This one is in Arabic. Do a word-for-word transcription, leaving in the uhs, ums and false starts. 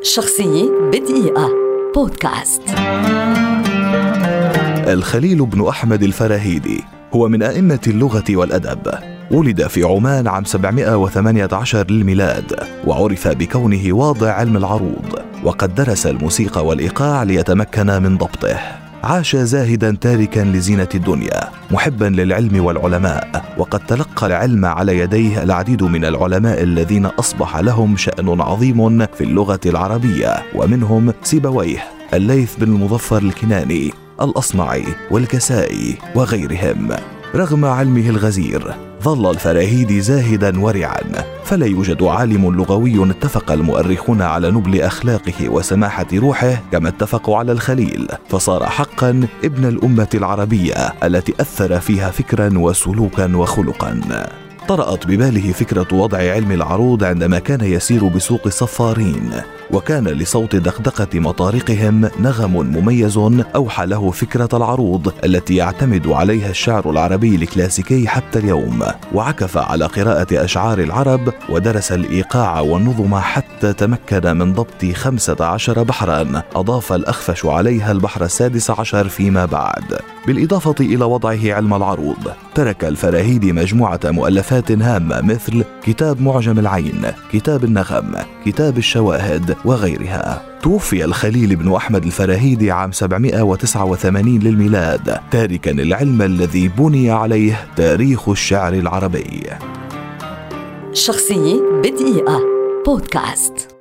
شخصية بدقيقة بودكاست. الخليل بن أحمد الفراهيدي هو من أئمة اللغة والأدب. ولد في عمان عام سبعمائة وثمانية عشر للميلاد، وعرف بكونه واضع علم العروض، وقد درس الموسيقى والإيقاع ليتمكن من ضبطه. عاش زاهدا تاركا لزينة الدنيا، محبا للعلم والعلماء، وقد تلقى العلم على يديه العديد من العلماء الذين أصبح لهم شأن عظيم في اللغة العربية، ومنهم سيبويه، الليث بن المظفر الكناني، الأصمعي والكسائي وغيرهم. رغم علمه الغزير ظل الفراهيدي زاهدا ورعا، فلا يوجد عالم لغوي اتفق المؤرخون على نبل أخلاقه وسماحة روحه كما اتفقوا على الخليل، فصار حقا ابن الأمة العربية التي أثر فيها فكرا وسلوكا وخلقا. طرأت بباله فكرة وضع علم العروض عندما كان يسير بسوق صفارين، وكان لصوت دقدقة مطارقهم نغم مميز أوحى له فكرة العروض التي يعتمد عليها الشعر العربي الكلاسيكي حتى اليوم، وعكف على قراءة أشعار العرب، ودرس الإيقاع والنظم حتى تمكن من ضبط خمسة عشر بحرا، أضاف الأخفش عليها البحر السادس عشر فيما بعد. بالإضافة إلى وضعه علم العروض، ترك الفراهيدي مجموعة مؤلفات هامة مثل كتاب معجم العين، كتاب النغم، كتاب الشواهد وغيرها. توفي الخليل بن أحمد الفراهيدي عام سبعمائة وتسعة وثمانين للميلاد، تاركا العلم الذي بني عليه تاريخ الشعر العربي. شخصية بدقيقة بودكاست.